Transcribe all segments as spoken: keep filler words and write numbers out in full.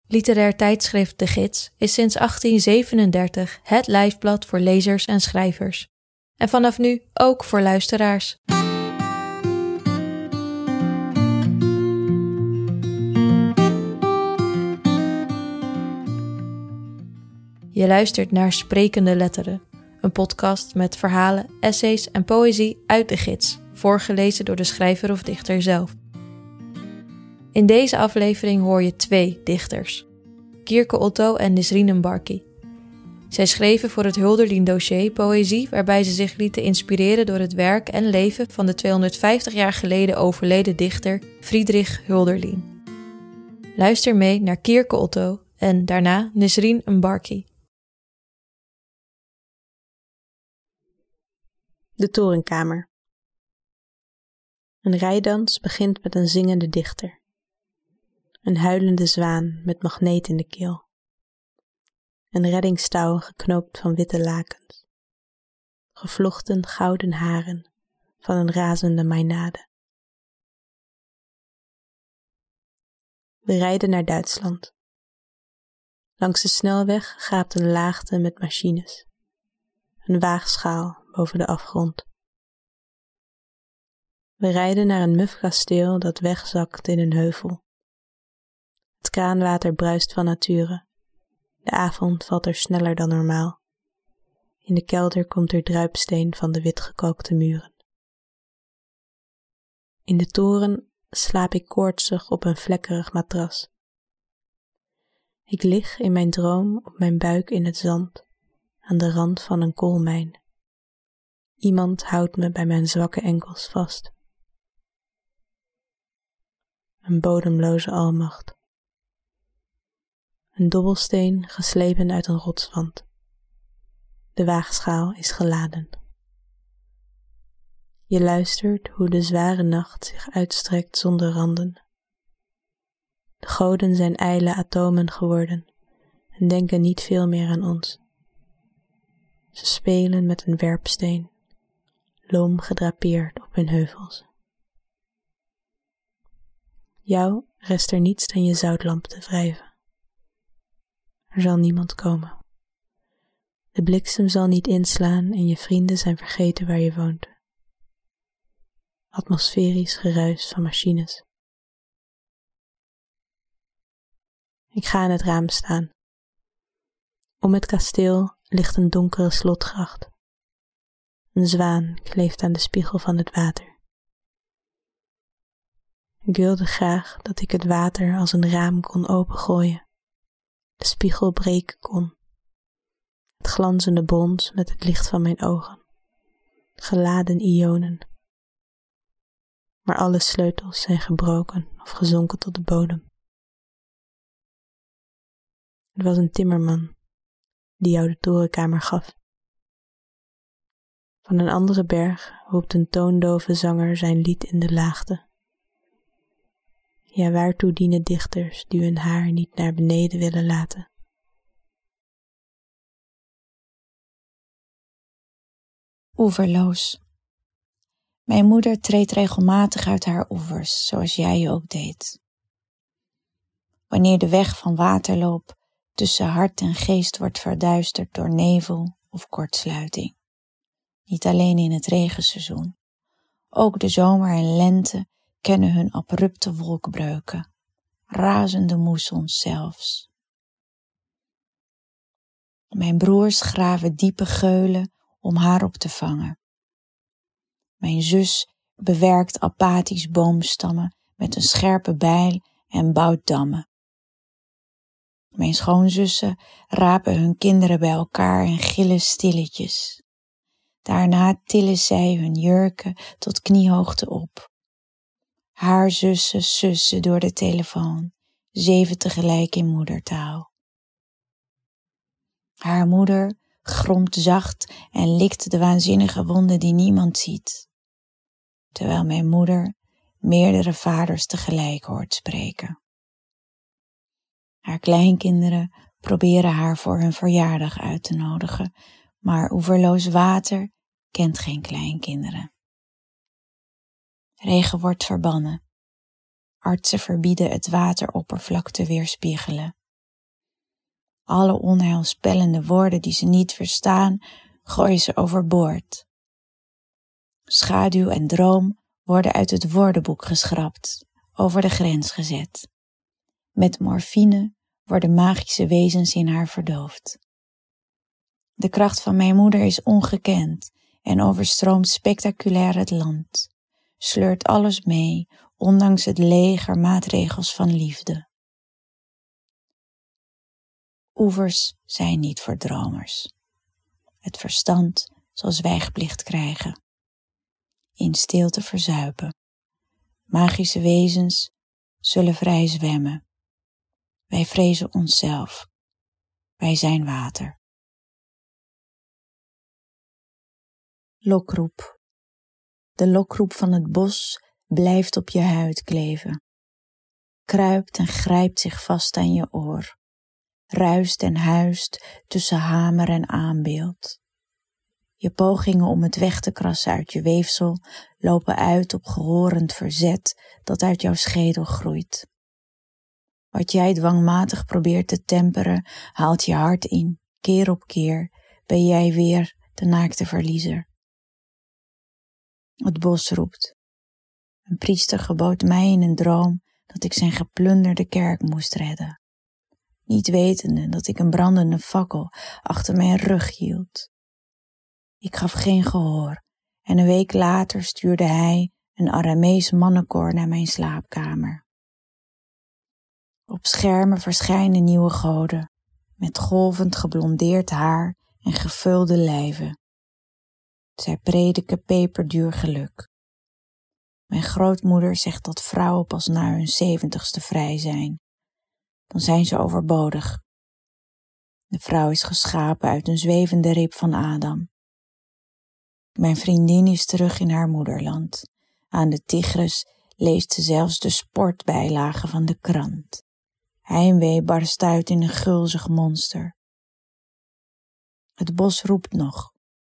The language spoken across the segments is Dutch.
Literair tijdschrift De Gids is sinds achttien zevenendertig het lijfblad voor lezers en schrijvers. En vanaf nu ook voor luisteraars. Je luistert naar Sprekende Letteren, een podcast met verhalen, essays en poëzie uit De Gids, voorgelezen door de schrijver of dichter zelf. In deze aflevering hoor je twee dichters, Kierke Otto en Nisreen Mbarki. Zij schreven voor het Hölderlin-dossier poëzie waarbij ze zich lieten inspireren door het werk en leven van de tweehonderdvijftig jaar geleden overleden dichter Friedrich Hölderlin. Luister mee naar Kierke Otto en daarna Nisreen Mbarki. De torenkamer. Een rijdans begint met een zingende dichter. Een huilende zwaan met magneet in de keel. Een reddingstouw geknoopt van witte lakens. Gevlochten gouden haren van een razende mainade. We rijden naar Duitsland. Langs de snelweg gaapt een laagte met machines. Een waagschaal boven de afgrond. We rijden naar een muf kasteel dat wegzakt in een heuvel. Het kraanwater bruist van nature. De avond valt er sneller dan normaal. In de kelder komt er druipsteen van de witgekookte muren. In de toren slaap ik koortsig op een vlekkerig matras. Ik lig in mijn droom op mijn buik in het zand, aan de rand van een koolmijn. Iemand houdt me bij mijn zwakke enkels vast. Een bodemloze almacht. Een dobbelsteen geslepen uit een rotswand. De waagschaal is geladen. Je luistert hoe de zware nacht zich uitstrekt zonder randen. De goden zijn ijle atomen geworden en denken niet veel meer aan ons. Ze spelen met een werpsteen, loom gedrapeerd op hun heuvels. Jou rest er niets dan je zoutlamp te wrijven. Er zal niemand komen. De bliksem zal niet inslaan en je vrienden zijn vergeten waar je woont. Atmosferisch geruis van machines. Ik ga aan het raam staan. Om het kasteel ligt een donkere slotgracht. Een zwaan kleeft aan de spiegel van het water. Ik wilde graag dat ik het water als een raam kon opengooien. De spiegel breken kon. Het glanzende brons met het licht van mijn ogen. Geladen ionen. Maar alle sleutels zijn gebroken of gezonken tot de bodem. Het was een timmerman die jou de torenkamer gaf. Van een andere berg roept een toondove zanger zijn lied in de laagte. Ja, waartoe dienen dichters die hun haar niet naar beneden willen laten? Oeverloos. Mijn moeder treedt regelmatig uit haar oevers, zoals jij je ook deed. Wanneer de weg van waterloop tussen hart en geest wordt verduisterd door nevel of kortsluiting. Niet alleen in het regenseizoen, ook de zomer en lente kennen hun abrupte wolkbreuken, razende moessons zelfs. Mijn broers graven diepe geulen om haar op te vangen. Mijn zus bewerkt apathisch boomstammen met een scherpe bijl en bouwt dammen. Mijn schoonzussen rapen hun kinderen bij elkaar en gillen stilletjes. Daarna tillen zij hun jurken tot kniehoogte op. Haar zussen sussen door de telefoon, zeven tegelijk in moedertaal. Haar moeder gromt zacht en likt de waanzinnige wonden die niemand ziet, terwijl mijn moeder meerdere vaders tegelijk hoort spreken. Haar kleinkinderen proberen haar voor hun verjaardag uit te nodigen, maar oeverloos water kent geen kleinkinderen. Regen wordt verbannen. Artsen verbieden het wateroppervlak te weerspiegelen. Alle onheilspellende woorden die ze niet verstaan, gooien ze overboord. Schaduw en droom worden uit het woordenboek geschrapt, over de grens gezet. Met morfine worden magische wezens in haar verdoofd. De kracht van mijn moeder is ongekend en overstroomt spectaculair het land, sleurt alles mee, ondanks het leger maatregels van liefde. Oevers zijn niet voor dromers. Het verstand zal zwijgplicht krijgen. In stilte verzuipen. Magische wezens zullen vrij zwemmen. Wij vrezen onszelf. Wij zijn water. Lokroep. De lokroep van het bos blijft op je huid kleven. Kruipt en grijpt zich vast aan je oor. Ruist en huist tussen hamer en aanbeeld. Je pogingen om het weg te krassen uit je weefsel lopen uit op gehorend verzet dat uit jouw schedel groeit. Wat jij dwangmatig probeert te temperen, haalt je hart in. Keer op keer ben jij weer de naakte verliezer. Het bos roept. Een priester gebood mij in een droom dat ik zijn geplunderde kerk moest redden. Niet wetende dat ik een brandende fakkel achter mijn rug hield. Ik gaf geen gehoor en een week later stuurde hij een Aramees mannenkoor naar mijn slaapkamer. Op schermen verschijnen nieuwe goden, met golvend geblondeerd haar en gevulde lijven. Zij prediken peperduur geluk. Mijn grootmoeder zegt dat vrouwen pas na hun zeventigste vrij zijn. Dan zijn ze overbodig. De vrouw is geschapen uit een zwevende rib van Adam. Mijn vriendin is terug in haar moederland. Aan de Tigris leest ze zelfs de sportbijlagen van de krant. Heimwee barst uit in een gulzig monster. Het bos roept nog.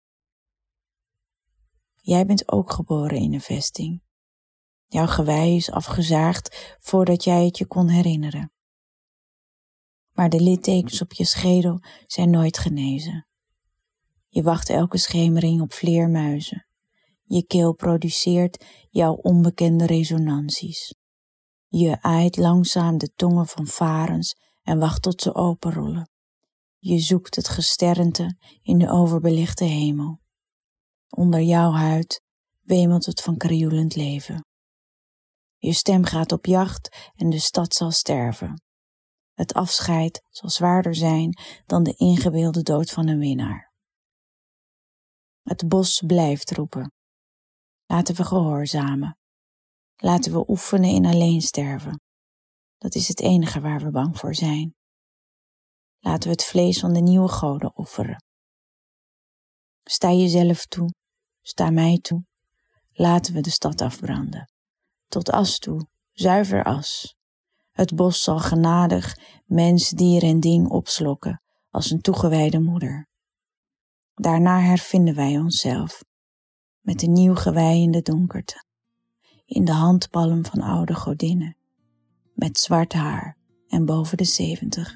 Jij bent ook geboren in een vesting. Jouw gewei is afgezaagd voordat jij het je kon herinneren. Maar de littekens op je schedel zijn nooit genezen. Je wacht elke schemering op vleermuizen. Je keel produceert jouw onbekende resonanties. Je aait langzaam de tongen van varens en wacht tot ze openrollen. Je zoekt het gesternte in de overbelichte hemel. Onder jouw huid wemelt het van krioelend leven. Je stem gaat op jacht en de stad zal sterven. Het afscheid zal zwaarder zijn dan de ingebeelde dood van een winnaar. Het bos blijft roepen. Laten we gehoorzamen. Laten we oefenen in alleen sterven. Dat is het enige waar we bang voor zijn. Laten we het vlees van de nieuwe goden offeren. Sta jezelf toe, sta mij toe. Laten we de stad afbranden. Tot as toe, zuiver as. Het bos zal genadig mens, dier en ding opslokken als een toegewijde moeder. Daarna hervinden wij onszelf, met een nieuw gewei in de donkerte, in de handpalm van oude godinnen, met zwart haar en boven de zeventig.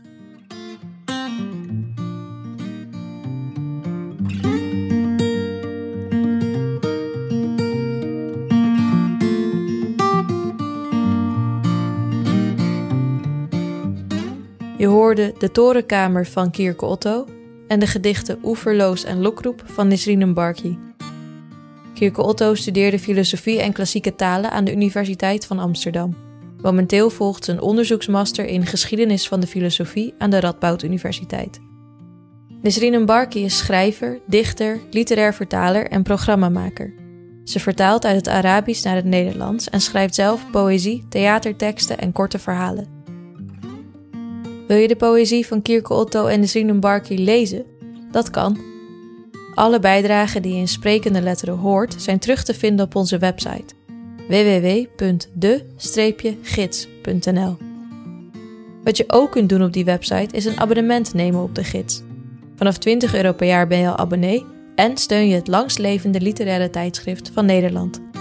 Je hoorde De Torenkamer van Kirke Otto en de gedichten Oeverloos en Lokroep van Nesrine Barki. Kirke Otto studeerde filosofie en klassieke talen aan de Universiteit van Amsterdam. Momenteel volgt ze een onderzoeksmaster in geschiedenis van de filosofie aan de Radboud Universiteit. Nesrine Barki is schrijver, dichter, literair vertaler en programmamaker. Ze vertaalt uit het Arabisch naar het Nederlands en schrijft zelf poëzie, theaterteksten en korte verhalen. Wil je de poëzie van Kirke Otto en Nesrine Barki lezen? Dat kan. Alle bijdragen die je in sprekende letteren hoort zijn terug te vinden op onze website w w w punt de gids punt n l. Wat je ook kunt doen op die website is een abonnement nemen op de gids. Vanaf twintig euro per jaar ben je al abonnee en steun je het langstlevende literaire tijdschrift van Nederland.